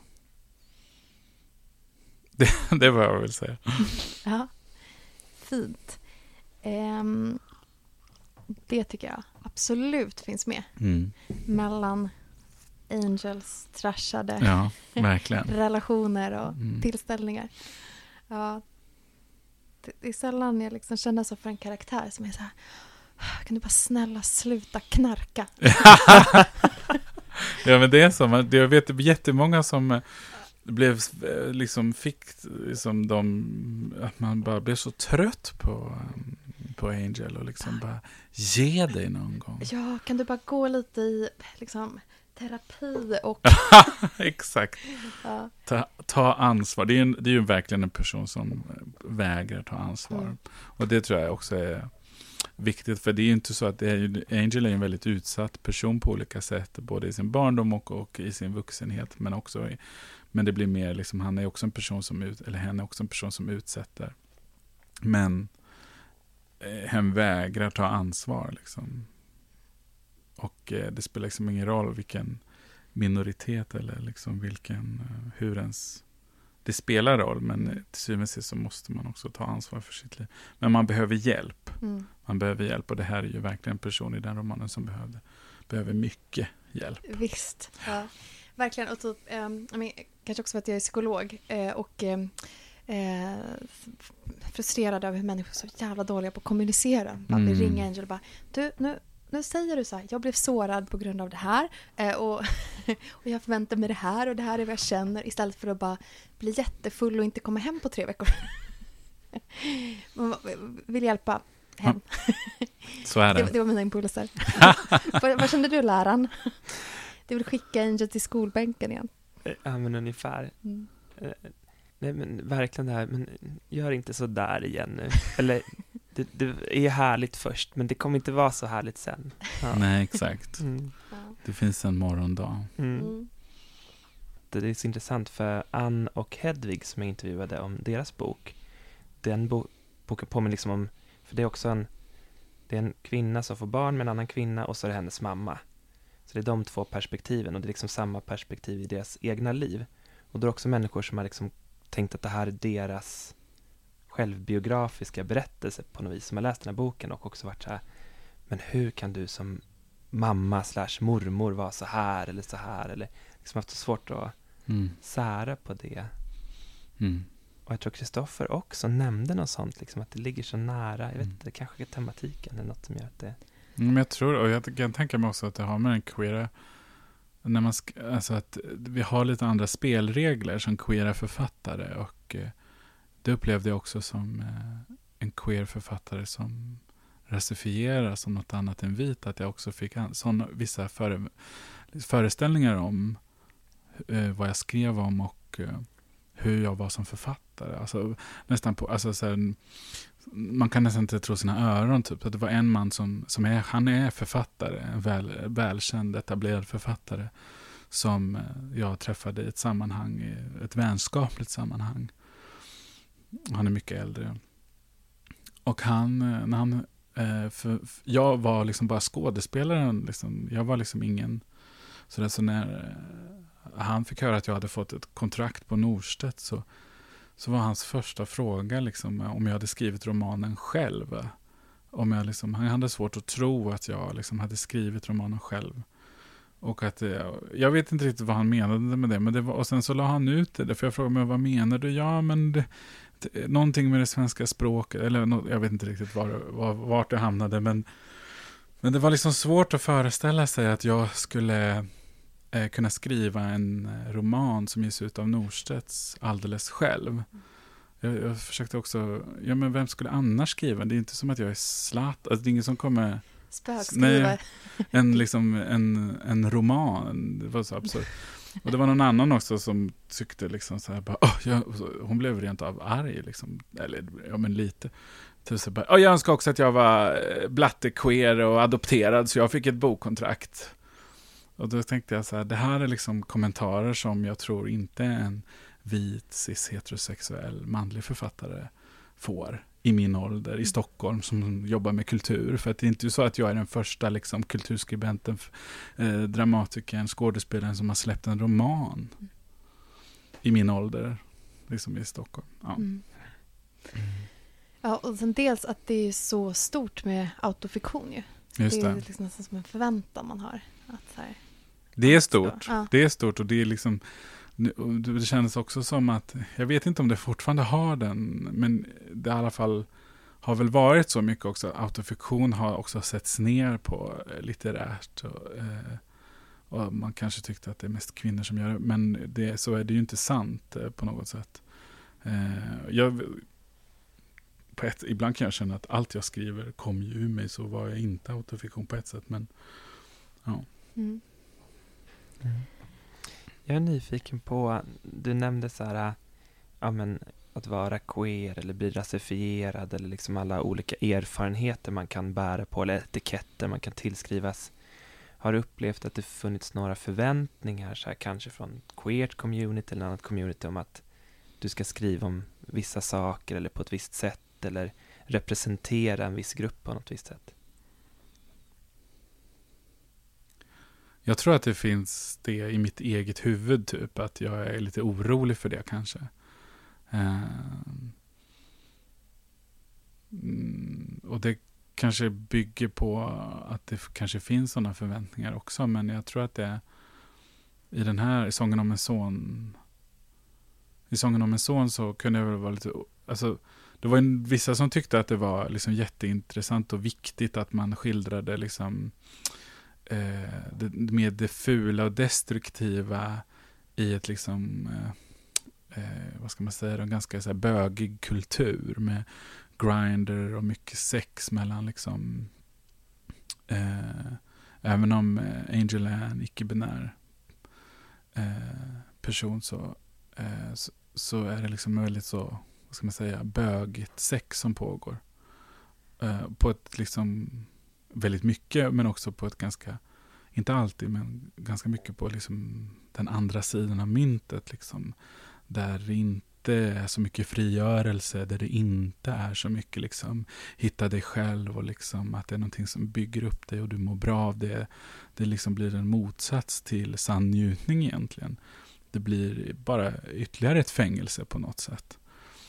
Det, det är vad jag vill säga. Ja, fint. Um, det tycker jag absolut finns med. Mm. Mellan Angels trashade ja, verkligen. relationer och mm. tillställningar. Ja, det, det är sällan jag liksom känner så för en karaktär som är så här: kan du bara snälla sluta knarka? Ja, men det är så. Jag vet jättemånga som blev liksom fick liksom de, att man bara blev så trött på på Angel och liksom bara ge dig någon gång. Ja, kan du bara gå lite i liksom terapi och exakt. Ja. Ta, ta ansvar. Det är, en, det är ju verkligen en person som vägrar ta ansvar. Mm. Och det tror jag också är viktigt, för det är ju inte så att det är ju, Angel är en väldigt utsatt person på olika sätt, både i sin barndom och, och i sin vuxenhet, men också i, men det blir mer liksom, han är också en person som ut, eller henne är också en person som utsätter. Men eh, hen vägrar ta ansvar liksom. Och eh, det spelar liksom ingen roll vilken minoritet eller liksom vilken, uh, hur ens det spelar roll, men till syvende och sist så måste man också ta ansvar för sitt liv. Men man behöver hjälp. Mm. Man behöver hjälp, och det här är ju verkligen en person i den romanen som behövde, behöver mycket hjälp. Visst, ja. Verkligen. Och typ, eh, men, kanske också för att jag är psykolog eh, och eh, frustrerad över hur människor är så jävla dåliga på att kommunicera. Bara mm. ringa Angel och bara, du, nu Nu säger du så här, jag blev sårad på grund av det här eh, och, och jag förväntar mig det här och det här är vad jag känner, istället för att bara bli jättefull och inte komma hem på tre veckor. Man vill hjälpa hem. Så är det. Det, det var mina impulser. vad, vad kände du, läraren? Du vill skicka Angel till skolbänken igen? Ja, men ungefär. Mm. Nej, men verkligen det här, men gör inte så där igen nu. Eller... Det, det är härligt först, men det kommer inte vara så härligt sen. Ja. Nej, exakt. Mm. Det finns en morgondag. Mm. Mm. Det är så intressant, för Ann och Hedvig som jag intervjuade om deras bok, den bo- boken påminner liksom om, för det är också en, det är en kvinna som får barn med en annan kvinna, och så är det hennes mamma. Så det är de två perspektiven, och det är liksom samma perspektiv i deras egna liv. Och det är också människor som har liksom tänkt att det här är deras självbiografiska berättelse på något vis, som har läst den här boken och också varit så här, men hur kan du som mamma slash mormor vara så här eller så här, eller liksom haft så svårt att mm. sära på det. Mm. Och jag tror Kristoffer också nämnde något sånt, liksom att det ligger så nära, jag vet inte, kanske tematiken eller något som gör att det... Men jag tror, och jag kan tänka mig också att det har med en queera, när man sk- alltså att vi har lite andra spelregler som queera författare, och det upplevde jag också som eh, en queer författare som rasifierar som något annat än vit, att jag också fick an- såna, vissa före, föreställningar om eh, vad jag skrev om och eh, hur jag var som författare. Alltså, nästan på, alltså, så här, man kan nästan inte tro sina öron. Typ. Att det var en man som, som är, han är författare, en väl, välkänd, etablerad författare, som eh, jag träffade i ett sammanhang, i ett vänskapligt sammanhang. Han är mycket äldre. Och han, när han för, för jag var liksom bara skådespelaren. Liksom, jag var liksom ingen... Så, där, så när han fick höra att jag hade fått ett kontrakt på Norstedt, så, så var hans första fråga liksom, om jag hade skrivit romanen själv. Om jag liksom, han hade svårt att tro att jag liksom hade skrivit romanen själv. Och att, jag vet inte riktigt vad han menade med det, men det var, och sen så la han ut det, för jag frågade mig, vad menar du? Ja, men det, det, någonting med det svenska språket, eller no, jag vet inte riktigt var, var, vart det hamnade, men, men det var liksom svårt att föreställa sig att jag skulle eh, kunna skriva en roman som ges ut av Norstedts alldeles själv. Jag, jag försökte också, ja men vem skulle annars skriva? Det är inte som att jag är slatt, alltså det är ingen som kommer... Spökskrivare. En, liksom, en, en roman. Det var så absurt. Och det var någon annan också som tyckte liksom så här, bara, oh, jag, hon blev rent av arg liksom. Eller, ja men lite. Typ så bara, oh, jag önskar också att jag var blattequeer och adopterad så jag fick ett bokkontrakt. Och då tänkte jag så här, det här är liksom kommentarer som jag tror inte en vit, cis, heterosexuell, manlig författare får i min ålder i Stockholm som jobbar med kultur. För att det är inte så att jag är den första liksom, kulturskribenten, eh, dramatikern, skådespelaren som har släppt en roman mm. i min ålder liksom i Stockholm. Ja. Mm. Ja, och sen dels att det är så stort med autofiktion ju. Just det är det. liksom nästan som en förväntan man har. Att så här, det är stort. Ja. Det är stort och det är liksom det kändes också som att, jag vet inte om det fortfarande har den, men det i alla fall har väl varit så mycket också. Autofiktion har också setts ner på litterärt och, eh, och man kanske tyckte att det är mest kvinnor som gör det, men det, så är det ju inte sant eh, på något sätt. Eh, jag, på ett, ibland kan jag känna att allt jag skriver kommer ju ur mig, så var jag inte autofiktion på ett sätt, men ja. Mm. Mm. Jag är nyfiken på, du nämnde så här, ja men att vara queer eller bli rasifierad eller liksom alla olika erfarenheter man kan bära på eller etiketter man kan tillskrivas. Har du upplevt att det funnits några förväntningar så här, kanske från queert community eller annat community om att du ska skriva om vissa saker eller på ett visst sätt eller representera en viss grupp på något visst sätt? Jag tror att det finns det i mitt eget huvud typ, att jag är lite orolig för det kanske. Mm, och det kanske bygger på att det kanske finns sådana förväntningar också, men jag tror att det i den här i sången om en son i sången om en son så kunde jag väl vara lite, alltså det var en, vissa som tyckte att det var liksom jätteintressant och viktigt att man skildrade liksom eh, det, med det fula och destruktiva i ett liksom eh, Eh, vad ska man säga, en ganska så här, bögig kultur med Grindr och mycket sex mellan liksom eh, även om eh, Angel är en icke-binär eh, person så, eh, så, så är det liksom väldigt så, vad ska man säga, bögigt sex som pågår eh, på ett liksom väldigt mycket, men också på ett ganska, inte alltid, men ganska mycket på liksom den andra sidan av myntet liksom, där det inte är så mycket frigörelse, där det inte är så mycket liksom hitta dig själv och liksom att det är någonting som bygger upp dig och du mår bra av det. Det liksom blir en motsats till sann njutning egentligen. Det blir bara ytterligare ett fängelse på något sätt.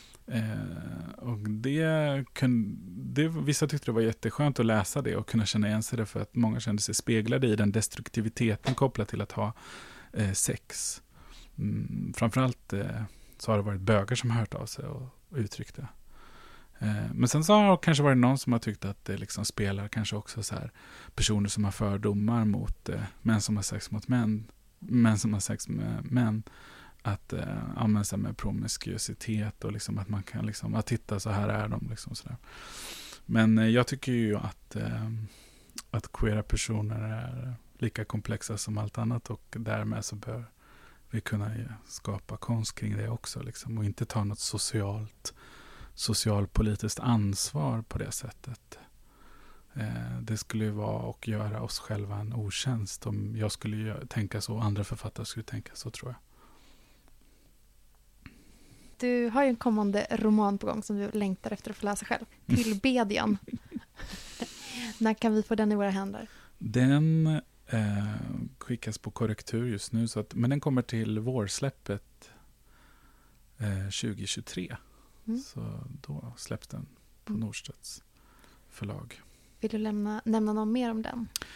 Eh, och det, kun, det vissa tyckte det var jätteskönt att läsa det och kunna känna igen sig det, för att många kände sig speglade i den destruktiviteten kopplat till att ha eh, sex. Mm, framförallt eh, så har det varit bögar som har hört av sig och, och uttryckt det. Eh, men sen så har det kanske varit någon som har tyckt att det liksom spelar kanske också så här personer som har fördomar mot eh, män som har sex mot män, män som har sex med män, att eh, använda sig med promiskuositet och liksom att man kan liksom, att titta så här är de liksom sådär. Men eh, jag tycker ju att eh, att queera personer är lika komplexa som allt annat, och därmed så bör vi kunna skapa konst kring det också liksom, och inte ta något socialt socialpolitiskt ansvar på det sättet. Eh, det skulle ju vara att göra oss själva en otjänst om jag skulle göra, tänka så och andra författare skulle tänka så, tror jag. Du har ju en kommande roman på gång som du längtar efter att få läsa själv. Tillbedjan. När kan vi få den i våra händer? Den eh, skickas på korrektur just nu, så att, men den kommer till vårsläppet eh, tjugo tjugotre. Mm. Så då släpps den på mm. Norstedts förlag. Vill du lämna, nämna något mer om den?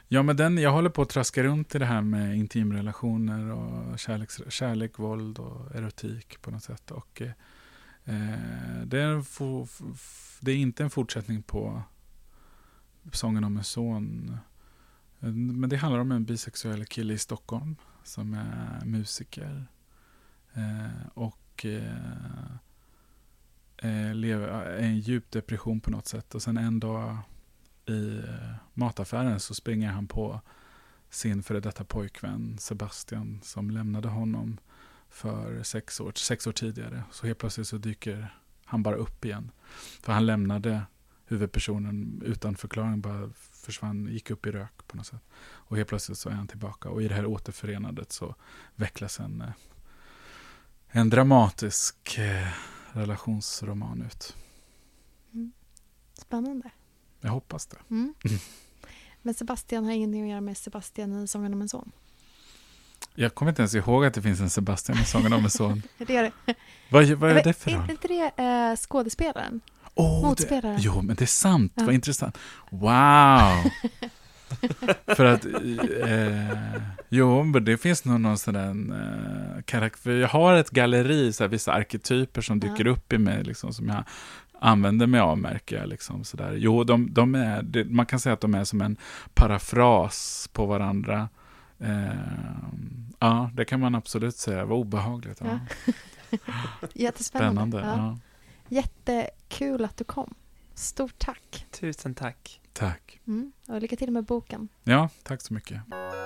Ja, men den, jag håller på att traska runt i det här med intimrelationer och kärleks, kärlek, våld och erotik på något sätt. Och eh, det, är for, det är inte en fortsättning på Sången om en son. Men det handlar om en bisexuell kille i Stockholm som är musiker. Eh, och eh, lever är i en djup depression på något sätt. Och sen en dag i mataffären så springer han på sin före detta pojkvän Sebastian som lämnade honom för sex år, sex år tidigare. Så helt plötsligt så dyker han bara upp igen. För han lämnade huvudpersonen utan förklaring, bara försvann, gick upp i rök på något sätt. Och helt plötsligt så är han tillbaka. Och i det här återförenandet så vecklas en, en dramatisk relationsroman ut. Mm. Spännande. Jag hoppas det. Mm. Men Sebastian har ingenting att göra med Sebastian i Sången om en son. Jag kommer inte ens ihåg att det finns en Sebastian i Sången om en son. Det är det. Vad, vad är det för Är inte det äh, skådespelaren? Oh, Motspelaren? Det, jo, men det är sant. Ja. Vad intressant. Wow! För att eh, jo, men det finns nog någon sån där eh, karaktär. Jag har ett galleri, så här, vissa arketyper som dyker ja. upp i mig liksom, som jag använder mig av, märker jag liksom, så där. Jo, de, de är, det, man kan säga att de är som en parafras på varandra. Eh, ja, det kan man absolut säga. Vad obehagligt. Ja. Ja. Jättespännande. Spännande, ja. ja. Jättekul att du kom. Stort tack. Tusen tack. Tack. Mm. Och lycka till med boken. Ja, tack så mycket.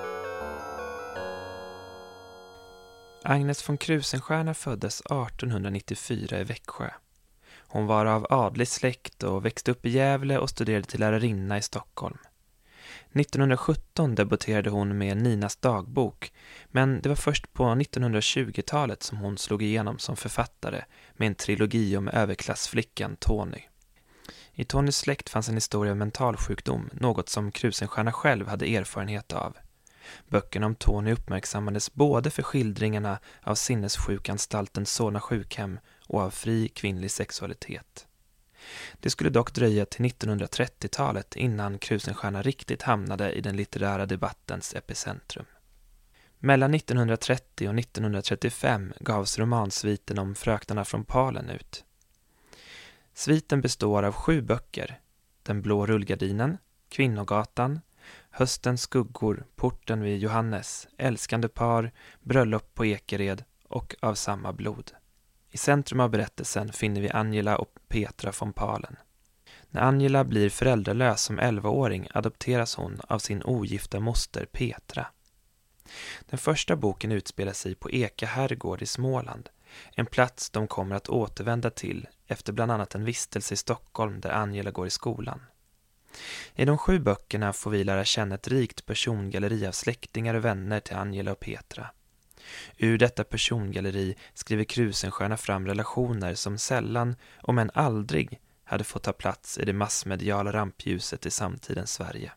Agnes von Krusenstjerna föddes artonhundranittiofyra i Växjö. Hon var av adlig släkt och växte upp i Gävle och studerade till lärarinna i Stockholm. nittonhundrasjutton debuterade hon med Ninas dagbok, men det var först på nittonhundratjugotalet som hon slog igenom som författare med en trilogi om överklassflickan Tony. I Tonys släkt fanns en historia av mentalsjukdom, något som Krusenstjerna själv hade erfarenhet av. Böckerna om Tony uppmärksammades både för skildringarna av sinnessjukanstalten Solna sjukhem och av fri kvinnlig sexualitet. Det skulle dock dröja till nittonhundratrettiotalet innan Krusenstjerna riktigt hamnade i den litterära debattens epicentrum. Mellan nittonhundratrettio och nittonhundratrettiofem gavs romansviten om Fröknarna från Palen ut. Sviten består av sju böcker: Den blå rullgardinen, Kvinnogatan, Höstens skuggor, Porten vid Johannes, Älskande par, Bröllop på Ekered och Av samma blod. I centrum av berättelsen finner vi Angela och Petra von Palen. När Angela blir föräldralös som elvaåring adopteras hon av sin ogifta moster Petra. Den första boken utspelar sig på Eka herrgård i Småland, en plats de kommer att återvända till efter bland annat en vistelse i Stockholm där Angela går i skolan. I de sju böckerna får vi lära känna ett rikt persongalleri av släktingar och vänner till Angela och Petra. Ur detta persongalleri skriver Krusenstjerna fram relationer som sällan, om än aldrig, hade fått ta plats i det massmediala rampljuset i samtidens Sverige.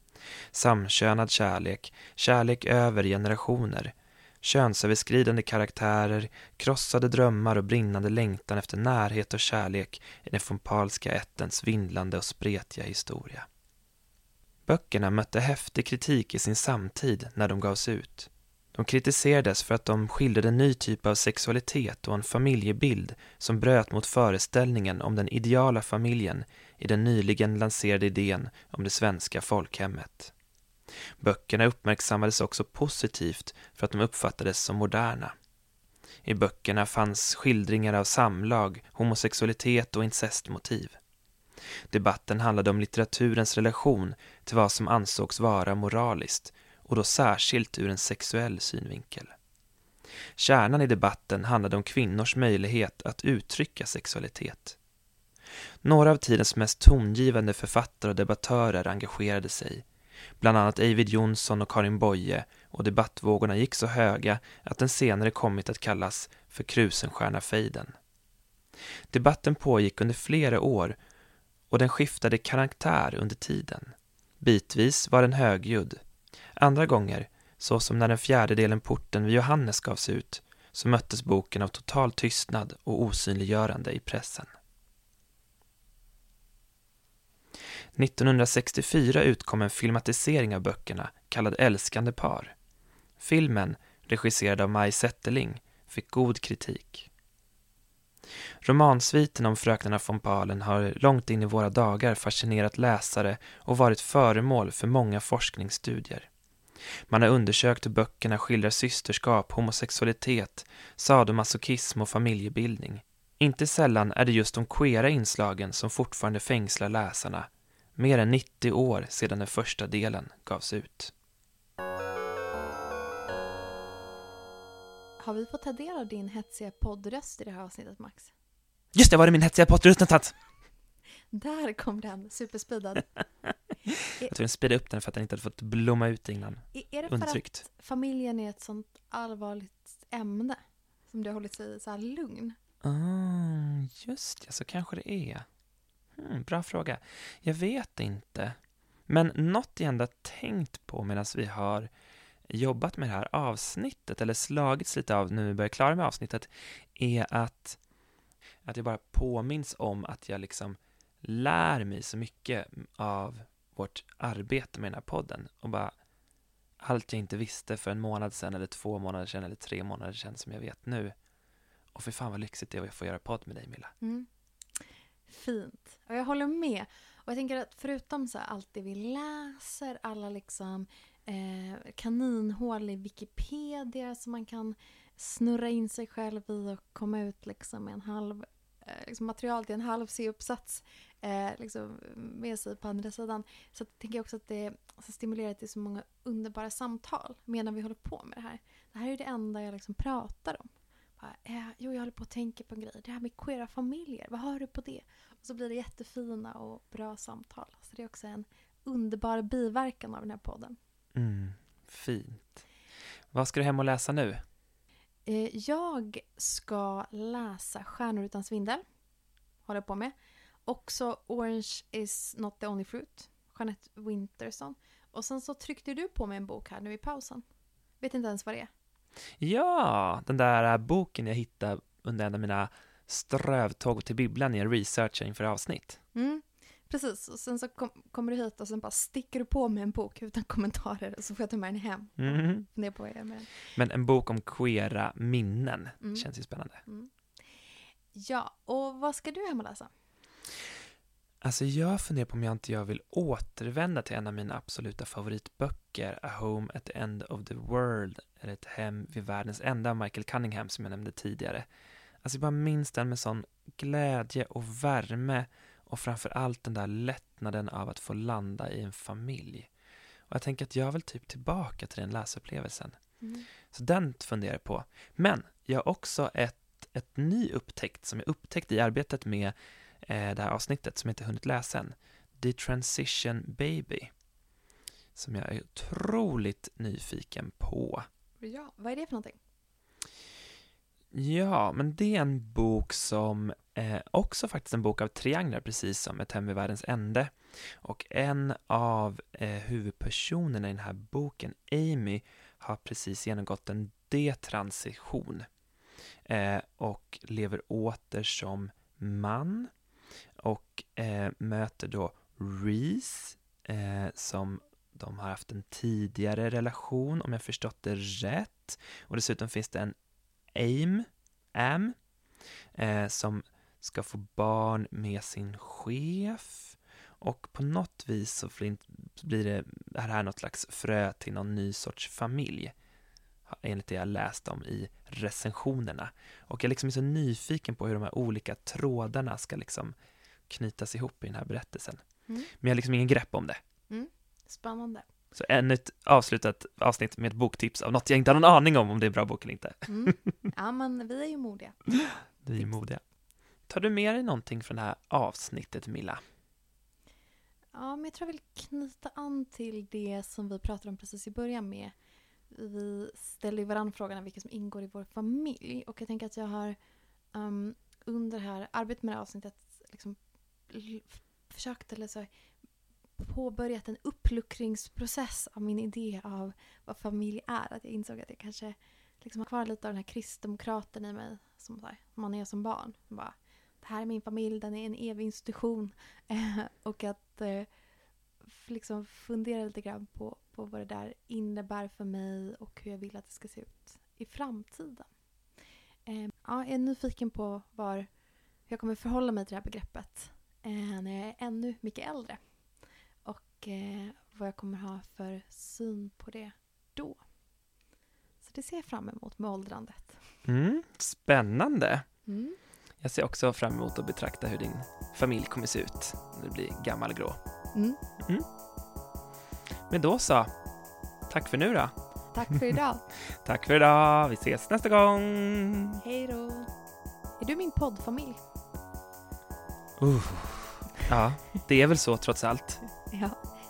Samkönad kärlek, kärlek över generationer, könsöverskridande karaktärer, krossade drömmar och brinnande längtan efter närhet och kärlek i den von Palska ättens vindlande och spretiga historia. Böckerna mötte häftig kritik i sin samtid när de gavs ut. De kritiserades för att de skildrade en ny typ av sexualitet och en familjebild som bröt mot föreställningen om den ideala familjen i den nyligen lanserade idén om det svenska folkhemmet. Böckerna uppmärksammades också positivt för att de uppfattades som moderna. I böckerna fanns skildringar av samlag, homosexualitet och incestmotiv. Debatten handlade om litteraturens relation till vad som ansågs vara moraliskt, och då särskilt ur en sexuell synvinkel. Kärnan i debatten handlade om kvinnors möjlighet att uttrycka sexualitet. Några av tidens mest tongivande författare och debattörer engagerade sig, bland annat Eivind Johnson och Karin Boye, och debattvågorna gick så höga att den senare kommit att kallas för Krusenstjerna-fejden. Debatten pågick under flera år och den skiftade karaktär under tiden. Bitvis var den högljudd. Andra gånger, så som när den fjärde delen Porten vid Johannes gavs ut, så möttes boken av total tystnad och osynliggörande i pressen. nittonhundrasextiofyra utkom en filmatisering av böckerna kallad Älskande par. Filmen, regisserad av Maj Zetterling, fick god kritik. Romansviten om fröknarna von Palen har långt in i våra dagar fascinerat läsare och varit föremål för många forskningsstudier. Man har undersökt hur böckerna skildrar systerskap, homosexualitet, sadomasochism och familjebildning. Inte sällan är det just de queera inslagen som fortfarande fängslar läsarna, mer än nittio år sedan den första delen gavs ut. Har vi fått ta del av din hetsiga poddröst i det här avsnittet, Max? Just det, var det min hetsiga poddröst någonstans? Där kom den, superspeedad. Jag tror den speedade upp den för att den inte hade fått blomma ut innan. Är det för Undertryckt. att familjen är ett sånt allvarligt ämne som det har hållit sig så här lugn? Ah, just det, så kanske det är. Hmm, bra fråga. Jag vet inte. Men något jag ändå tänkt på medan vi har jobbat med det här avsnittet, eller slagits lite av när vi börjar klara med avsnittet, är att, att jag bara påminns om att jag liksom lär mig så mycket av vårt arbete med den här podden. Och bara allt jag inte visste för en månad sedan, eller två månader sedan, eller tre månader sedan som jag vet nu. Och för fan vad lyxigt det är att få göra podd med dig, Milla. Mm. Fint. Och jag håller med. Och jag tänker att förutom så här, allt det vi läser, alla liksom eh, kaninhål i Wikipedia som man kan snurra in sig själv i och komma ut liksom med en halv eh, liksom material till en halv C-uppsats eh, liksom med sig på andra sidan. Så att, tänker jag också att det så stimulerar till så många underbara samtal medan vi håller på med det här. Det här är det enda jag liksom pratar om. Eh, jo, jag håller på att tänka på en grej. Det här med queera familjer, vad har du på det? Och så blir det jättefina och bra samtal. Så det är också en underbar biverkan av den här podden. Mm, fint. Vad ska du hem och läsa nu? Eh, jag ska läsa Stjärnor utan svindel. Håller jag på med. Också Orange is not the only fruit. Jeanette Winterson. Och sen så tryckte du på mig en bok här nu i pausen. Vet inte ens vad det är. Ja, den där boken jag hittade under en av mina strövtåg till bibblan i en research inför avsnitt. Mm, precis. Och sen så kom, kommer du hit och sen bara sticker du på med en bok utan kommentarer och så får jag ta med den hem. Mm. Det på er med. Men en bok om queera minnen Mm. känns ju spännande. Mm. Ja, och vad ska du hem och läsa? Alltså jag funderar på om jag inte jag vill återvända till en av mina absoluta favoritböcker, A Home at the End of the World, eller Ett hem vid världens ända av Michael Cunningham som jag nämnde tidigare. Alltså jag bara minns den med sån glädje och värme och framförallt den där lättnaden av att få landa i en familj. Och jag tänker att jag vill typ tillbaka till den läsupplevelsen. Mm. Så den funderar jag på. Men jag har också ett, ett ny upptäckt som jag upptäckte i arbetet med eh, det här avsnittet som jag inte hunnit läsa än. The Transition Baby. Som jag är otroligt nyfiken på. Ja, vad är det för någonting? Ja, men det är en bok som eh, också faktiskt en bok av trianglar, precis som Ett hem vid världens ände. Och en av eh, huvudpersonerna i den här boken, Amy, har precis genomgått en detransition eh, och lever åter som man och eh, möter då Reese eh, som de har haft en tidigare relation, om jag förstått det rätt. Och dessutom finns det en Aim, Am, eh, som ska få barn med sin chef. Och på något vis så blir det här, här något slags frö till någon ny sorts familj. Enligt det jag läst om i recensionerna. Och jag liksom är så nyfiken på hur de här olika trådarna ska liksom knytas ihop i den här berättelsen. Mm. Men jag har liksom ingen grepp om det. Mm. Spännande. Så ännu ett avslutat avsnitt med ett boktips av något jag inte har någon aning om om det är bra bok eller inte. Mm. Ja, men vi är ju modiga. Vi är modiga. Tar du med dig någonting från det här avsnittet, Milla? Ja, men jag tror jag vill knyta an till det som vi pratade om precis i början med. Vi ställer ju varandra frågan vilka som ingår i vår familj. Och jag tänker att jag har um, under det här arbetet med det här avsnittet liksom l- försökt eller så påbörjat en uppluckringsprocess av min idé av vad familj är. Att jag insåg att jag kanske liksom har kvar lite av den här kristdemokraten i mig som så här, man är som barn. Bara, det här är min familj, den är en evig institution. och att eh, f- liksom fundera lite grann på, på vad det där innebär för mig och hur jag vill att det ska se ut i framtiden. Eh, ja, jag är nyfiken på var, hur jag kommer förhålla mig till det här begreppet eh, när jag är ännu mycket äldre. Och eh, vad jag kommer ha för syn på det då. Så det ser jag fram emot med åldrandet. Mm, spännande. Mm. Jag ser också fram emot att betrakta hur din familj kommer se ut när du blir gammal och grå. Mm. Mm. Men då så. Tack för nu då. Tack för idag. Tack för idag. Vi ses nästa gång. Hej då. Är du min poddfamilj? Uh. Ja, det är väl så trots allt. Ja.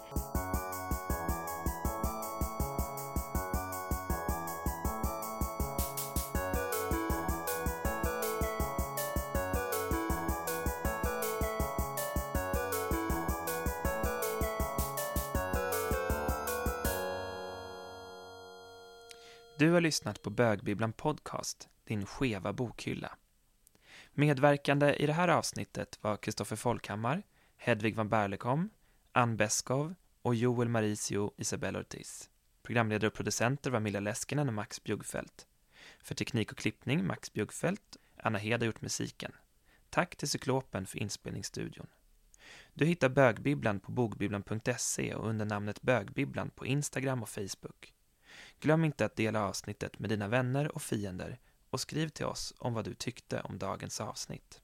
Du har lyssnat på Bögbibblan podcast, din skeva bokhylla. Medverkande i det här avsnittet var Kristoffer Folkhammar, Hedvig van Berlekom, Ann Beskov och Joel Mauricio Isabel Ortiz. Programledare och producenter var Milla Leskinen och Max Bjuggfeldt. För teknik och klippning Max Bjuggfeldt, Anna Hed har gjort musiken. Tack till Cyklopen för inspelningsstudion. Du hittar Bögbibblan på bokbibblan punkt se och under namnet Bögbibblan på Instagram och Facebook. Glöm inte att dela avsnittet med dina vänner och fiender och skriv till oss om vad du tyckte om dagens avsnitt.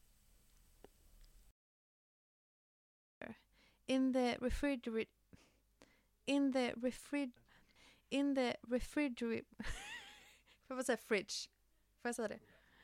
In the refrigerator. In the refrig. In the refrigerator. Får jag säga fridge? Får jag säga det?